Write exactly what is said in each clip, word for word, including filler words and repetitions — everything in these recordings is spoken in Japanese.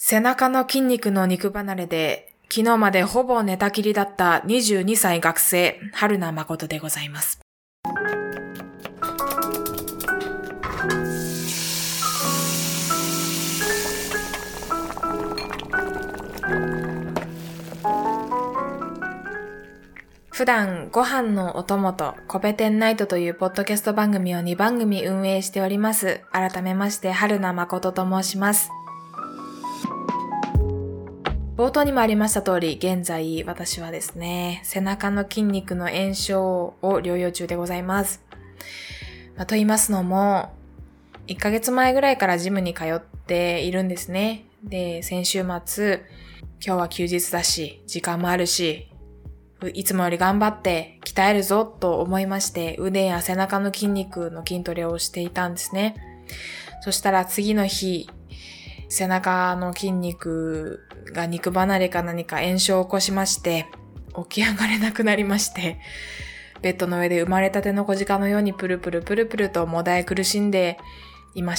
背中の筋肉の肉離れで、昨日までほぼ寝たきりだったにじゅうにさい学生、春名誠でございます。普段ご飯のお供とコペテンナイトというポッドキャスト番組をにばんぐみ運営しております。改めまして春名誠と申します。冒頭にもありました通り、現在私はですね、背中の筋肉の炎症を療養中でございます。まあ、と言いますのも、いっかげつまえぐらいからジムに通っているんですね。で、先週末、今日は休日だし、時間もあるし、いつもより頑張って鍛えるぞと思いまして、腕や背中の筋肉の筋トレをしていたんですね。そしたら次の日、背中の筋肉が肉離れか何か炎症を起こしまして、起き上がれなくなりまして、ベッドの上で生まれたての小鹿のようにプルプルプルプルともだえ苦しんでいました。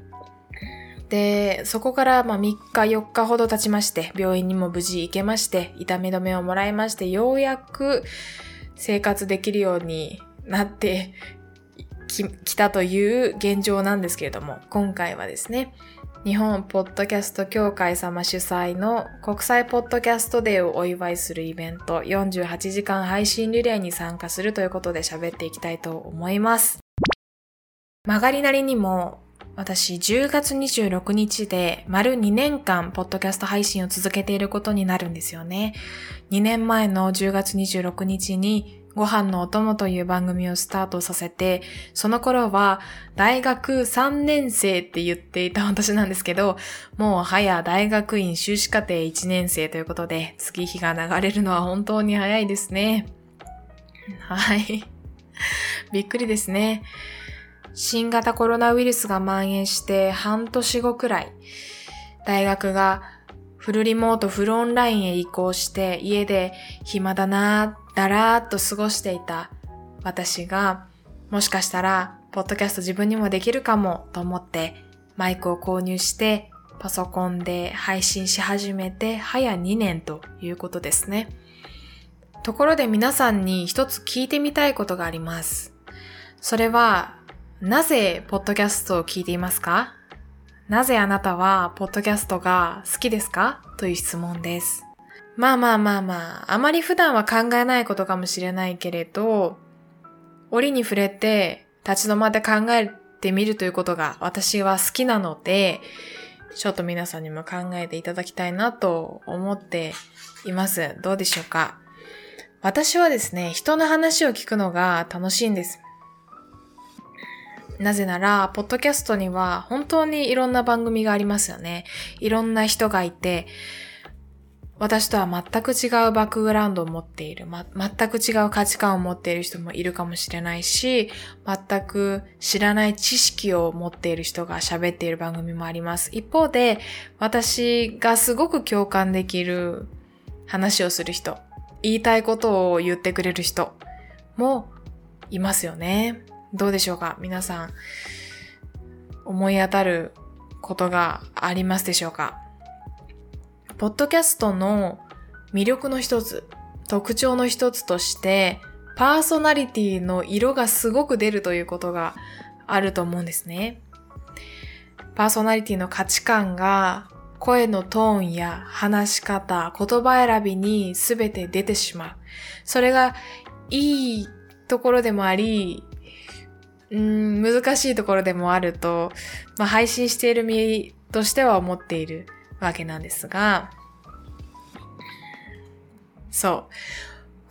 で、そこからまあみっかよっかほど経ちまして、病院にも無事行けまして、痛み止めをもらいまして、ようやく生活できるようになってき、きたという現状なんですけれども、今回はですね、日本ポッドキャスト協会様主催の国際ポッドキャストデーをお祝いするイベントよんじゅうはちじかん配信リレーに参加するということで喋っていきたいと思います。曲がりなりにも私じゅうがつにじゅうろくにちで丸にねんかんポッドキャスト配信を続けていることになるんですよね。にねんまえのじゅうがつにじゅうろくにちにご飯のお供という番組をスタートさせて、その頃は大学さんねんせいって言っていた私なんですけど、もう早大学院修士課程いちねんせいということで、月日が流れるのは本当に早いですね。はい。びっくりですね。新型コロナウイルスが蔓延して半年後くらい、大学がフルリモートフルオンラインへ移行して家で暇だなぁ、だらーっと過ごしていた私が、もしかしたらポッドキャスト自分にもできるかもと思ってマイクを購入してパソコンで配信し始めて早にねんということですね。ところで皆さんに一つ聞いてみたいことがあります。それは、なぜポッドキャストを聞いていますか？なぜあなたはポッドキャストが好きですか？という質問です。まあまあまあまあ、あまり普段は考えないことかもしれないけれど、折に触れて立ち止まって考えてみるということが私は好きなので、ちょっと皆さんにも考えていただきたいなと思っています。どうでしょうか？私はですね、人の話を聞くのが楽しいんです。なぜなら、ポッドキャストには本当にいろんな番組がありますよね。いろんな人がいて、私とは全く違うバックグラウンドを持っている、ま、全く違う価値観を持っている人もいるかもしれないし、全く知らない知識を持っている人が喋っている番組もあります。一方で、私がすごく共感できる話をする人、言いたいことを言ってくれる人もいますよね。どうでしょうか？皆さん、思い当たることがありますでしょうか？ポッドキャストの魅力の一つ、特徴の一つとして、パーソナリティの色がすごく出るということがあると思うんですね。パーソナリティの価値観が声のトーンや話し方、言葉選びに全て出てしまう。それがいいところでもあり、うーん、難しいところでもあると、まあ、配信している身としては思っているわけなんですが、そう。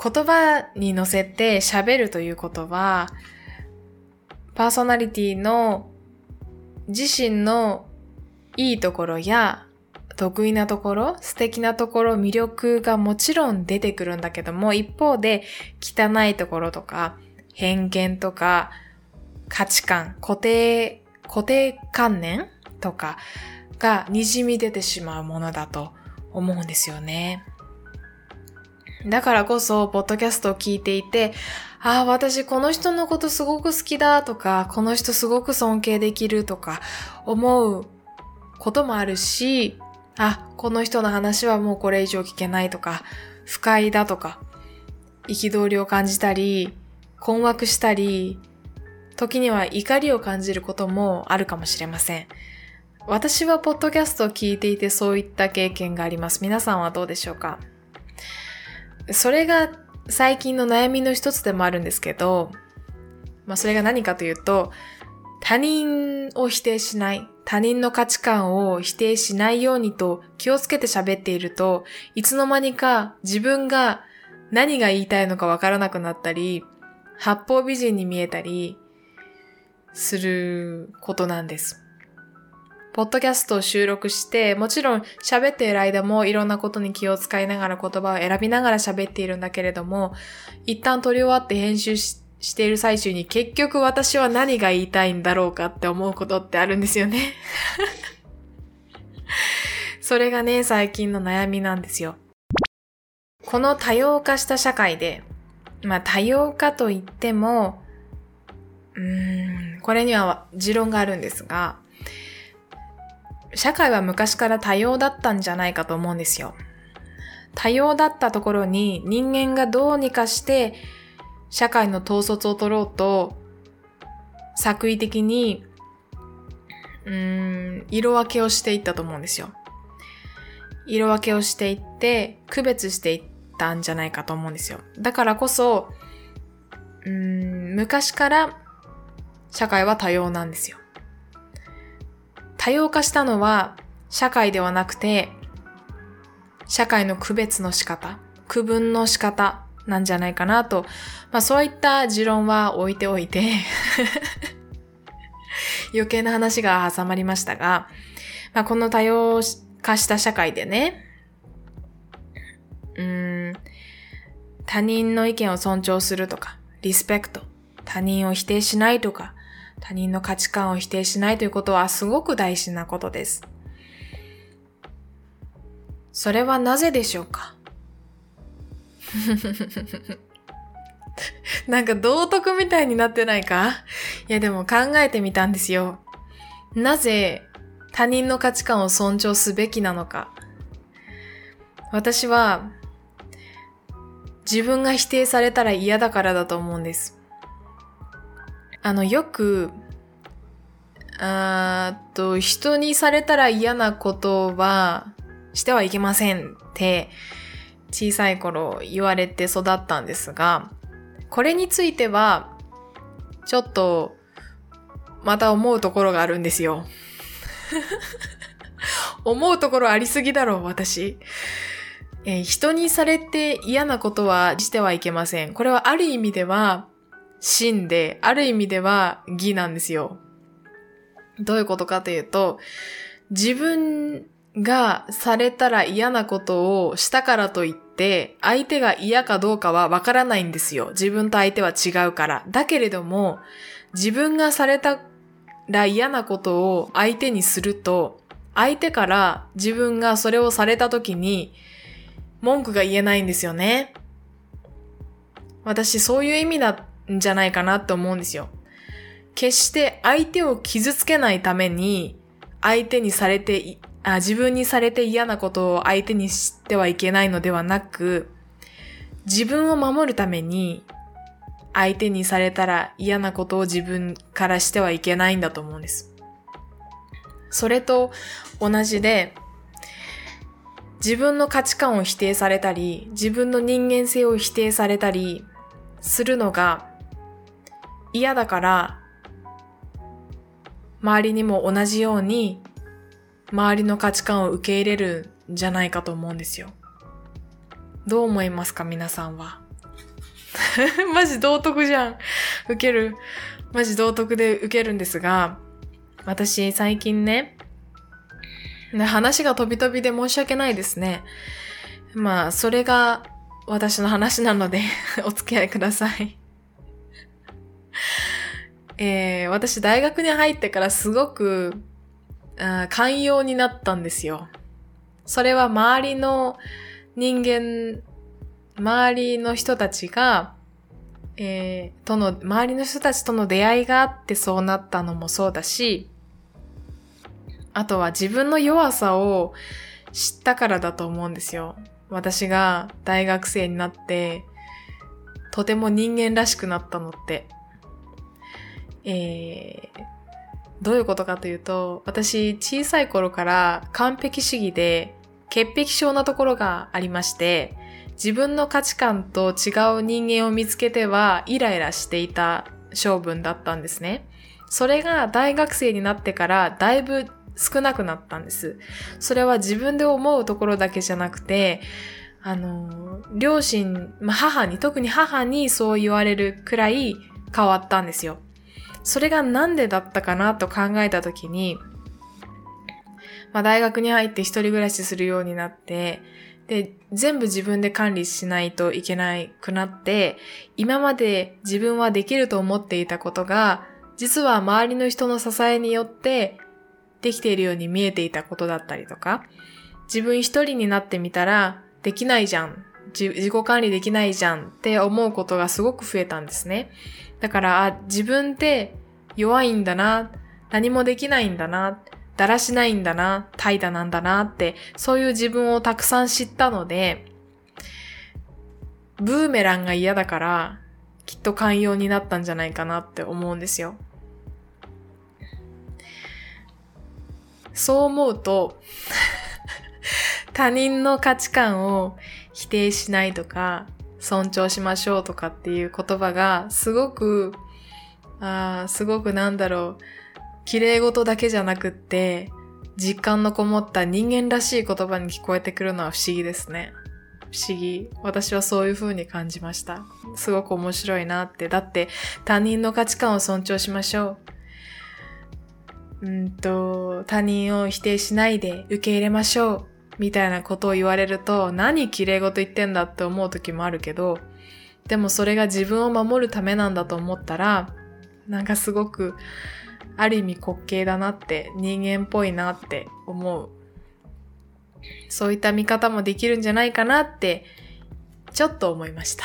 言葉に乗せて喋るということは、パーソナリティの自身のいいところや得意なところ、素敵なところ、魅力がもちろん出てくるんだけども、一方で汚いところとか、偏見とか、価値観、固定、固定観念とかが滲み出てしまうものだと思うんですよね。だからこそ、ポッドキャストを聞いていて、ああ、私この人のことすごく好きだとか、この人すごく尊敬できるとか思うこともあるし、 あ、この人の話はもうこれ以上聞けないとか、不快だとか、憤りを感じたり、困惑したり、時には怒りを感じることもあるかもしれません。私はポッドキャストを聞いていてそういった経験があります。皆さんはどうでしょうか？それが最近の悩みの一つでもあるんですけど、まあそれが何かというと、他人を否定しない、他人の価値観を否定しないようにと気をつけて喋っていると、いつの間にか自分が何が言いたいのかわからなくなったり、八方美人に見えたりすることなんです。ポッドキャストを収録して、もちろん喋っている間もいろんなことに気を使いながら言葉を選びながら喋っているんだけれども、一旦撮り終わって編集し、している最中に結局私は何が言いたいんだろうかって思うことってあるんですよね。それがね、最近の悩みなんですよ。この多様化した社会で、まあ多様化といっても、うーん、これには持論があるんですが、社会は昔から多様だったんじゃないかと思うんですよ。多様だったところに人間がどうにかして社会の統率を取ろうと作為的にうーん色分けをしていったと思うんですよ。色分けをしていって区別していったんじゃないかと思うんですよ。だからこそ、うーん昔から社会は多様なんですよ。多様化したのは社会ではなくて、社会の区別の仕方、区分の仕方なんじゃないかなと、まあそういった持論は置いておいて余計な話が挟まりましたが、まあ、この多様化した社会でね、うーん他人の意見を尊重するとか、リスペクト、他人を否定しないとか、他人の価値観を否定しないということはすごく大事なことです。それはなぜでしょうか？なんか道徳みたいになってないか？いやでも考えてみたんですよ。なぜ他人の価値観を尊重すべきなのか。私は自分が否定されたら嫌だからだと思うんです。あの、よく、あーと、人にされたら嫌なことはしてはいけませんって小さい頃言われて育ったんですが、これについてはちょっとまた思うところがあるんですよ。思うところありすぎだろう、私。えー、人にされて嫌なことはしてはいけません。これはある意味では真で、ある意味では義なんですよ。どういうことかというと、自分がされたら嫌なことをしたからといって、相手が嫌かどうかはわからないんですよ。自分と相手は違うから。だけれども、自分がされたら嫌なことを相手にすると、相手から自分がそれをされた時に文句が言えないんですよね。私そういう意味なんじゃないかなって思うんですよ。決して相手を傷つけないために相手にされてあ自分にされて嫌なことを相手にしてはいけないのではなく、自分を守るために相手にされたら嫌なことを自分からしてはいけないんだと思うんです。それと同じで、自分の価値観を否定されたり、自分の人間性を否定されたりするのが嫌だから、周りにも同じように周りの価値観を受け入れるんじゃないかと思うんですよ。どう思いますか、皆さんは。マジ道徳じゃん。受ける。マジ道徳で受けるんですが、私最近ね、話が飛び飛びで申し訳ないですね。まあ、それが私の話なのでお付き合いください。えー、私大学に入ってからすごくあ寛容になったんですよ。それは周りの人間、周りの人たちが、えー、との、周りの人たちとの出会いがあってそうなったのもそうだし、あとは自分の弱さを知ったからだと思うんですよ。私が大学生になって、とても人間らしくなったのって。えー、どういうことかというと、私小さい頃から完璧主義で潔癖症なところがありまして、自分の価値観と違う人間を見つけてはイライラしていた性分だったんですね。それが大学生になってからだいぶ少なくなったんです。それは自分で思うところだけじゃなくて、あの、両親、まあ、母に、特に母にそう言われるくらい変わったんですよ。それがなんでだったかなと考えたときに、まあ、大学に入って一人暮らしするようになって、で、全部自分で管理しないといけなくなって、今まで自分はできると思っていたことが、実は周りの人の支えによってできているように見えていたことだったりとか、自分一人になってみたらできないじゃん、自己管理できないじゃんって思うことがすごく増えたんですね。だから、あ、自分って弱いんだな、何もできないんだな、だらしないんだな、怠惰なんだなって、そういう自分をたくさん知ったので、ブーメランが嫌だから、きっと寛容になったんじゃないかなって思うんですよ。そう思うと、他人の価値観を否定しないとか、尊重しましょうとかっていう言葉が、すごく、あー、すごくなんだろう、綺麗事だけじゃなくって、実感のこもった人間らしい言葉に聞こえてくるのは不思議ですね。不思議。私はそういう風に感じました。すごく面白いなって。だって他人の価値観を尊重しましょう。うんと、他人を否定しないで受け入れましょう。みたいなことを言われると、何綺麗事言ってんだって思う時もあるけど、でもそれが自分を守るためなんだと思ったら、なんかすごく、ある意味滑稽だなって、人間っぽいなって思う。そういった見方もできるんじゃないかなって、ちょっと思いました。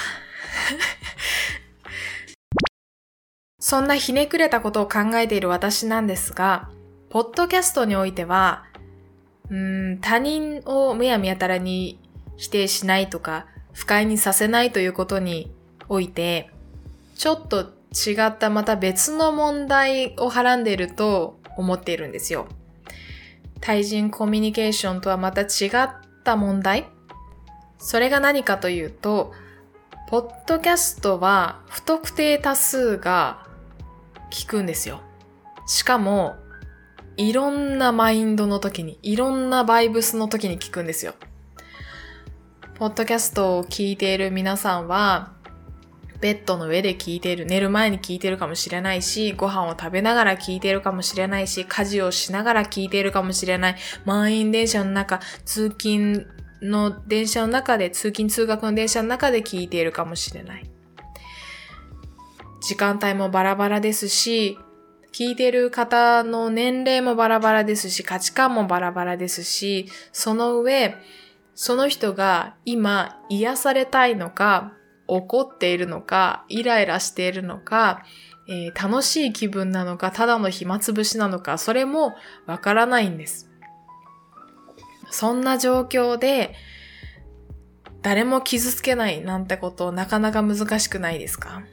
そんなひねくれたことを考えている私なんですが、ポッドキャストにおいては、うーん、他人をむやみやたらに否定しないとか、不快にさせないということにおいて、ちょっと違ったまた別の問題をはらんでいると思っているんですよ。対人コミュニケーションとはまた違った問題？それが何かというと、ポッドキャストは不特定多数が聞くんですよ。しかも、いろんなマインドの時に、いろんなバイブスの時に聞くんですよ。ポッドキャストを聞いている皆さんは、ベッドの上で聞いている、寝る前に聞いているかもしれないし、ご飯を食べながら聞いているかもしれないし、家事をしながら聞いているかもしれない。満員電車の中、通勤の電車の中で、通勤通学の電車の中で聞いているかもしれない。時間帯もバラバラですし、聞いている方の年齢もバラバラですし、価値観もバラバラですし、その上、その人が今癒されたいのか、怒っているのか、イライラしているのか、えー、楽しい気分なのか、ただの暇つぶしなのか、それもわからないんです。そんな状況で、誰も傷つけないなんてことなかなか難しくないですか？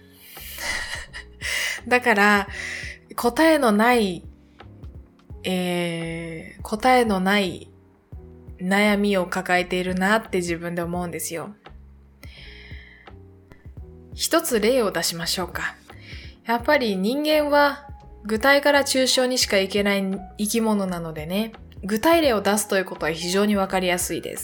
だから、答えのない、えー、答えのない悩みを抱えているなって自分で思うんですよ。一つ例を出しましょうか。やっぱり人間は具体から抽象にしかいけない生き物なのでね、具体例を出すということは非常にわかりやすいです。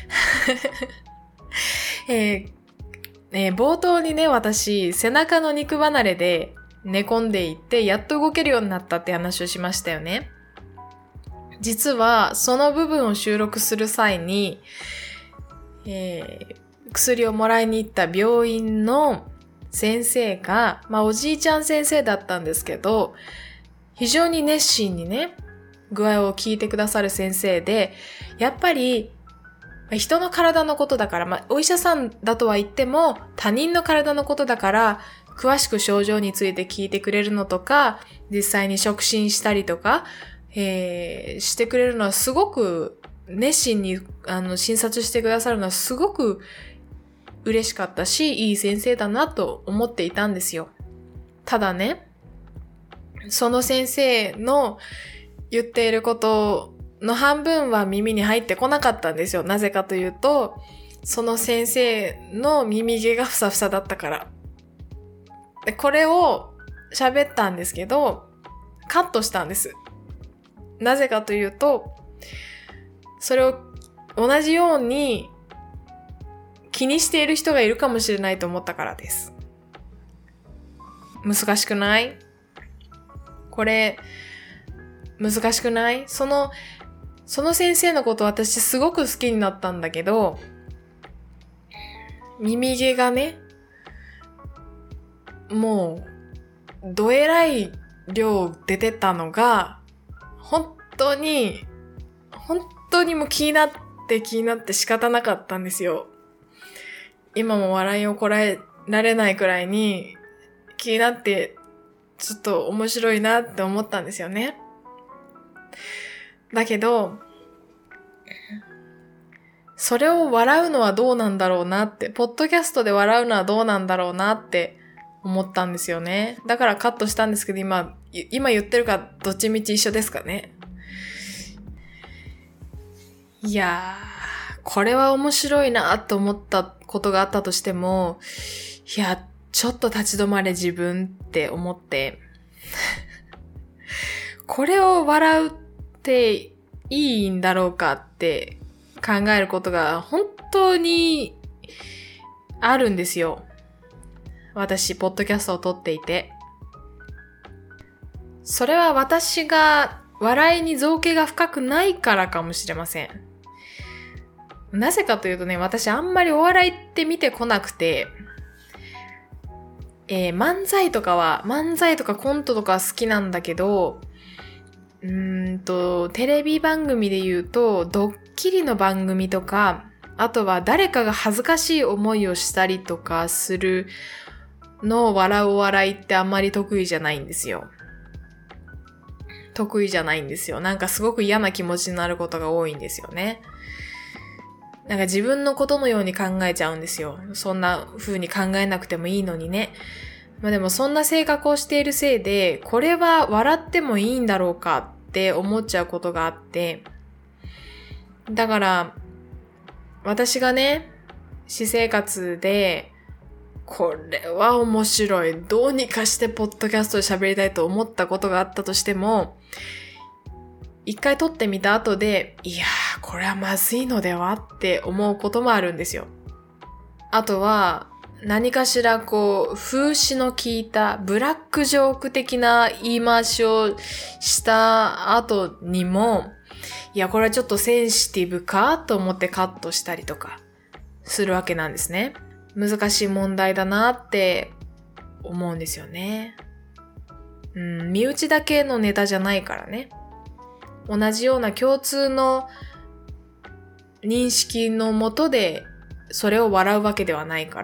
えーえー、冒頭にね、私、背中の肉離れで寝込んでいってやっと動けるようになったって話をしましたよね。実はその部分を収録する際に、えー薬をもらいに行った病院の先生が、まあおじいちゃん先生だったんですけど、非常に熱心にね、具合を聞いてくださる先生で、やっぱり人の体のことだから、まあお医者さんだとは言っても他人の体のことだから、詳しく症状について聞いてくれるのとか、実際に触診したりとか、えー、してくれるのはすごく熱心にあの診察してくださるのはすごく嬉しかったし、いい先生だなと思っていたんですよ。ただね、その先生の言っていることの半分は耳に入ってこなかったんですよ。なぜかというと、その先生の耳毛がふさふさだったから。で、これを喋ったんですけど、カットしたんです。なぜかというと、それを同じように気にしている人がいるかもしれないと思ったからです。難しくない？これ、難しくない？その、その先生のこと私すごく好きになったんだけど、耳毛がね、もう、どえらい量出てたのが、本当に、本当にもう気になって気になって仕方なかったんですよ。今も笑いをこらえられないくらいに気になって、ちょっと面白いなって思ったんですよね。だけど、それを笑うのはどうなんだろうなって、ポッドキャストで笑うのはどうなんだろうなって思ったんですよね。だからカットしたんですけど、今、今言ってるかどっちみち一緒ですかね。いやー、これは面白いなと思ったことがあったとしても、いや、ちょっと立ち止まれ自分って思って、これを笑うっていいんだろうかって考えることが本当にあるんですよ。私、ポッドキャストを撮っていて。それは私が笑いに造形が深くないからかもしれません。なぜかというとね、私あんまりお笑いって見てこなくて、えー、漫才とかは、漫才とかコントとか好きなんだけど、うーんと、テレビ番組で言うと、ドッキリの番組とか、あとは誰かが恥ずかしい思いをしたりとかするのを笑うお笑いってあんまり得意じゃないんですよ。得意じゃないんですよ。なんかすごく嫌な気持ちになることが多いんですよね。なんか自分のことのように考えちゃうんですよ。そんな風に考えなくてもいいのにね。まあでもそんな性格をしているせいで、これは笑ってもいいんだろうかって思っちゃうことがあって、だから、私がね、私生活で、これは面白い。どうにかしてポッドキャストで喋りたいと思ったことがあったとしても、一回撮ってみた後で、いやー、これはまずいのではって思うこともあるんですよ。あとは、何かしらこう、風刺の効いたブラックジョーク的な言い回しをした後にも、いや、これはちょっとセンシティブかと思ってカットしたりとかするわけなんですね。難しい問題だなって思うんですよね。うん、身内だけのネタじゃないからね。同じような共通の認識のもとでそれを笑うわけではないから、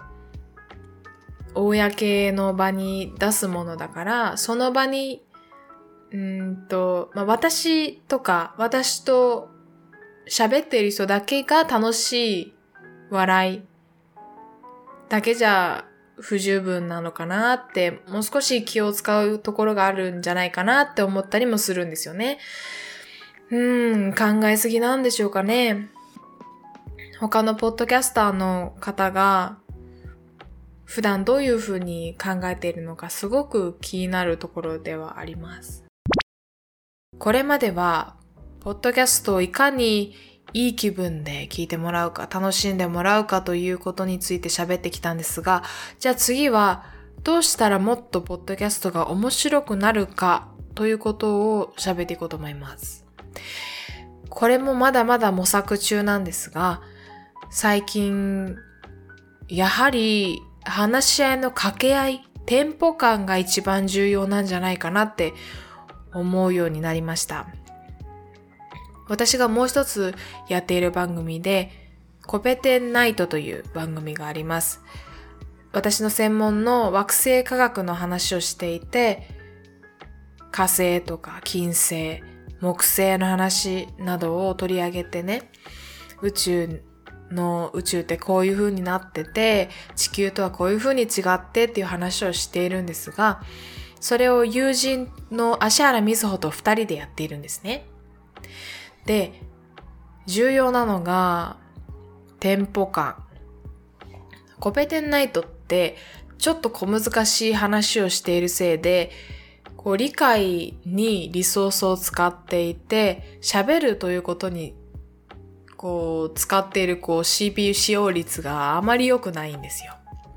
公の場に出すものだから、その場に、うーんと、まあ、私とか、私と喋っている人だけが楽しい笑いだけじゃ不十分なのかなって、もう少し気を使うところがあるんじゃないかなって思ったりもするんですよね。うーん、考えすぎなんでしょうかね。他のポッドキャスターの方が普段どういうふうに考えているのかすごく気になるところではあります。これまでは、ポッドキャストをいかにいい気分で聞いてもらうか、楽しんでもらうかということについて喋ってきたんですが、じゃあ次はどうしたらもっとポッドキャストが面白くなるかということを喋っていこうと思います。これもまだまだ模索中なんですが、最近、やはり話し合いの掛け合い、テンポ感が一番重要なんじゃないかなって思うようになりました。私がもう一つやっている番組で、コペテンナイトという番組があります。私の専門の惑星科学の話をしていて、火星とか金星、 木星の話などを取り上げてね、宇宙の宇宙ってこういう風になってて、地球とはこういう風に違ってっていう話をしているんですが、それを友人の芦原瑞穂と二人でやっているんですね。で、重要なのがテンポ感。コペテンナイトってちょっと小難しい話をしているせいで、こう理解にリソースを使っていて、喋るということにこう使っているこう シーピーユー 使用率があまり良くないんですよ。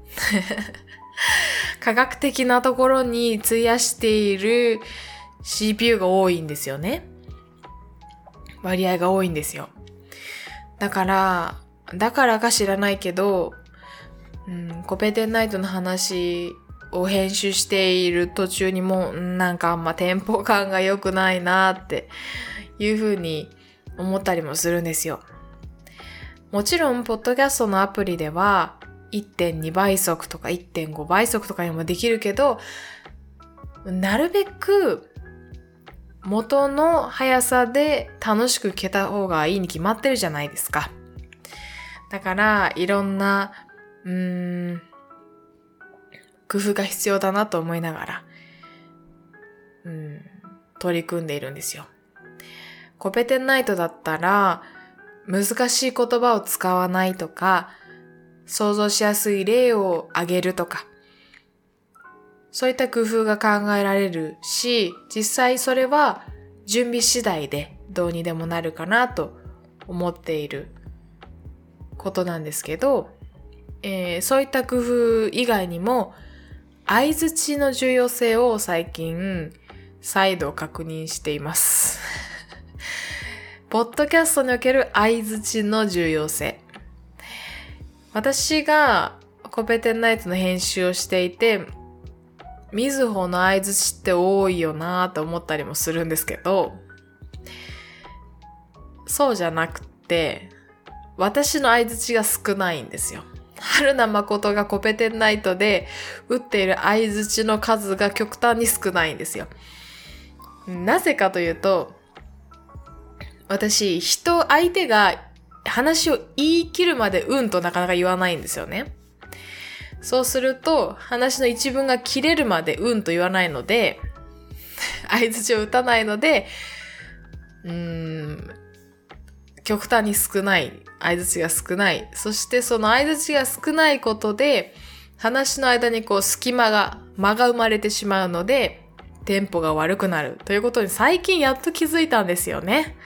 科学的なところに費やしている シーピーユー が多いんですよね。割合が多いんですよ。だから、だからか知らないけど、うん、コペテンナイトの話を編集している途中にも、なんかあんまテンポ感が良くないなっていうふうに思ったりもするんですよ。もちろん、ポッドキャストのアプリでは いってんに 倍速とか いってんご 倍速とかにもできるけど、なるべく元の速さで楽しく聞けた方がいいに決まってるじゃないですか。だから、いろんな、うーん、工夫が必要だなと思いながら、うん、取り組んでいるんですよ。コペテンナイトだったら、難しい言葉を使わないとか、想像しやすい例を挙げるとか、そういった工夫が考えられるし、実際それは準備次第でどうにでもなるかなと思っていることなんですけど、えー、そういった工夫以外にも、相槌の重要性を最近再度確認しています。ポッドキャストにおける相槌の重要性。私がコペテンナイトの編集をしていて、みずほの相槌って多いよなと思ったりもするんですけど、そうじゃなくて、私の相槌が少ないんですよ。春名誠がコペテンナイトで打っている相槌の数が極端に少ないんですよ。なぜかというと、私、人、相手が話を言い切るまでうんとなかなか言わないんですよね。そうすると、話の一文が切れるまでうんと言わないので、相槌を打たないので、うーん、極端に少ない、相槌が少ない。そしてその相槌が少ないことで、話の間にこう隙間が、間が生まれてしまうので、テンポが悪くなるということに最近やっと気づいたんですよね。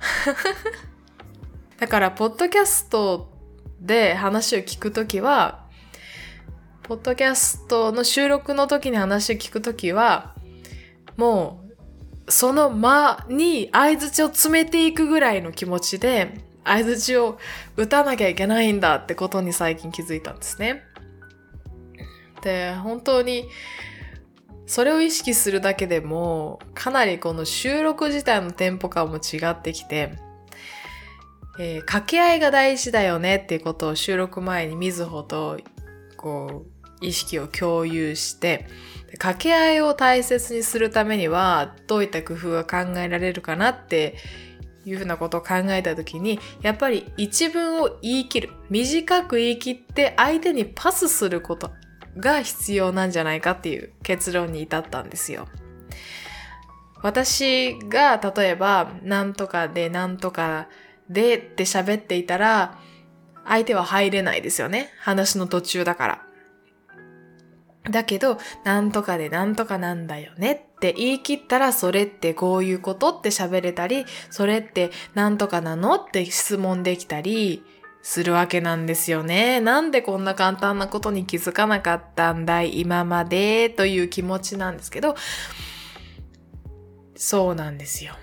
だから、ポッドキャストで話を聞くときは、ポッドキャストの収録の時に話を聞くときは、もう、その間に相槌を詰めていくぐらいの気持ちで、相槌を打たなきゃいけないんだってことに最近気づいたんですね。で、本当に、それを意識するだけでも、かなりこの収録自体のテンポ感も違ってきて、えー、掛け合いが大事だよねっていうことを収録前にみずほとこう意識を共有して、掛け合いを大切にするためにはどういった工夫が考えられるかなっていうふうなことを考えたときに、やっぱり一文を言い切る、短く言い切って相手にパスすることが必要なんじゃないかっていう結論に至ったんですよ。私が例えばなんとかでなんとかでって喋っていたら相手は入れないですよね。話の途中だから。だけど、なんとかでなんとかなんだよねって言い切ったら、それってこういうことって喋れたり、それってなんとかなのって質問できたりするわけなんですよね。なんでこんな簡単なことに気づかなかったんだい今までという気持ちなんですけど、そうなんですよ。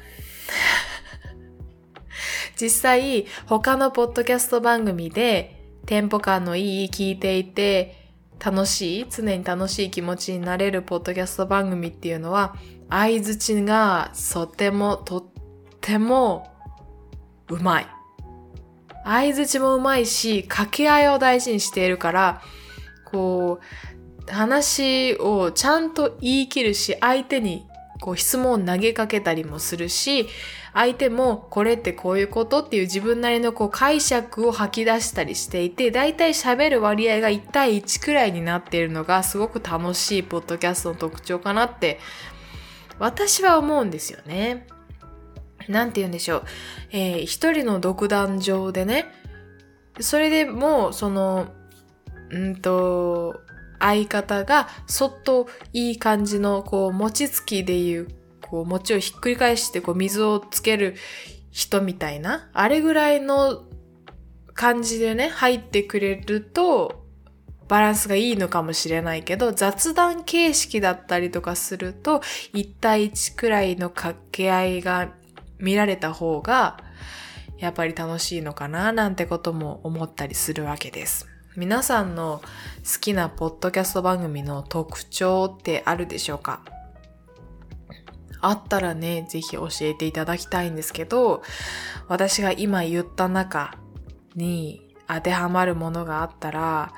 実際、他のポッドキャスト番組でテンポ感のいい聞いていて楽しい、常に楽しい気持ちになれるポッドキャスト番組っていうのは、相槌がとてもとってもうまい。相槌もうまいし、掛け合いを大事にしているから、こう、話をちゃんと言い切るし、相手にこう質問を投げかけたりもするし、相手もこれってこういうことっていう自分なりのこう解釈を吐き出したりしていて、だいたい喋る割合がいち対いちくらいになっているのがすごく楽しいポッドキャストの特徴かなって私は思うんですよね。なんて言うんでしょう。えー、一人の独壇場でね、それでもうその、うんと、相方がそっといい感じのこう餅つきでいうこう餅をひっくり返してこう水をつける人みたいなあれぐらいの感じでね入ってくれるとバランスがいいのかもしれないけど、雑談形式だったりとかするといち対いちくらいの掛け合いが見られた方がやっぱり楽しいのかななんてことも思ったりするわけです。皆さんの好きなポッドキャスト番組の特徴ってあるでしょうか？あったらね、ぜひ教えていただきたいんですけど、私が今言った中に当てはまるものがあったら、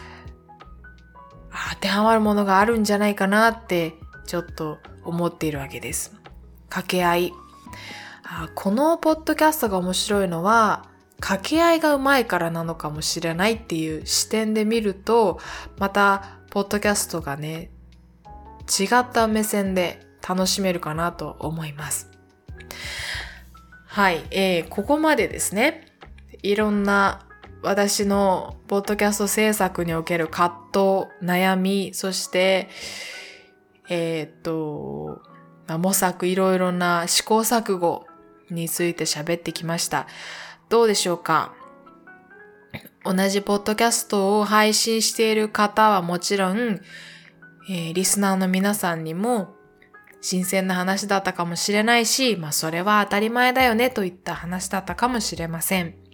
当てはまるものがあるんじゃないかなってちょっと思っているわけです。掛け合い。あ、このポッドキャストが面白いのは、掛け合いがうまいからなのかもしれないっていう視点で見ると、またポッドキャストがね、違った目線で楽しめるかなと思います。はい、えー、ここまでですね、いろんな私のポッドキャスト制作における葛藤、悩み、そしてえー、っと、まあ、模索、いろいろな試行錯誤について喋ってきました。どうでしょうか？同じポッドキャストを配信している方はもちろん、えー、リスナーの皆さんにも新鮮な話だったかもしれないし、まあそれは当たり前だよねといった話だったかもしれません。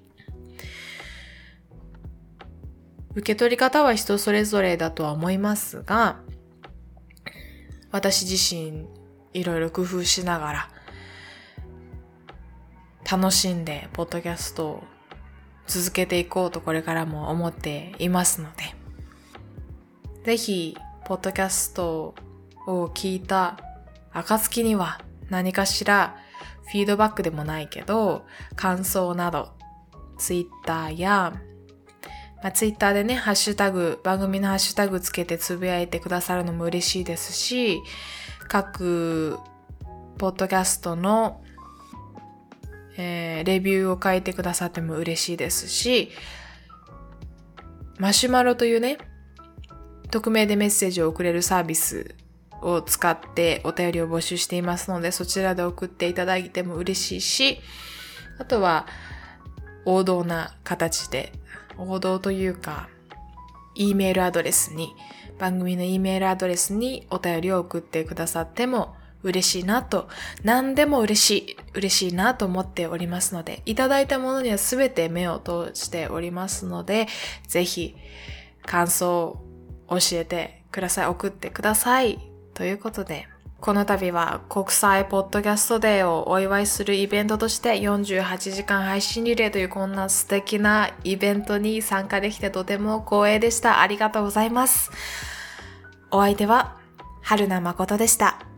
受け取り方は人それぞれだとは思いますが、私自身いろいろ工夫しながら楽しんでポッドキャストを続けていこうとこれからも思っていますので、ぜひポッドキャストを聞いた暁には何かしらフィードバックでもないけど感想などツイッターや、まあ、ツイッターでねハッシュタグ番組のハッシュタグつけてつぶやいてくださるのも嬉しいですし、各ポッドキャストのえー、レビューを書いてくださっても嬉しいですし、マシュマロというね、匿名でメッセージを送れるサービスを使ってお便りを募集していますので、そちらで送っていただいても嬉しいし、あとは王道な形で、王道というか、E メールアドレスに、番組の E メールアドレスにお便りを送ってくださっても嬉しいなと、何でも嬉しい、嬉しいなと思っておりますので、いただいたものにはすべて目を通しておりますので、ぜひ感想を教えてください、送ってください。ということで、この度は国際ポッドキャストデーをお祝いするイベントとしてよんじゅうはちじかん配信リレーというこんな素敵なイベントに参加できてとても光栄でした。ありがとうございます。お相手は春名誠でした。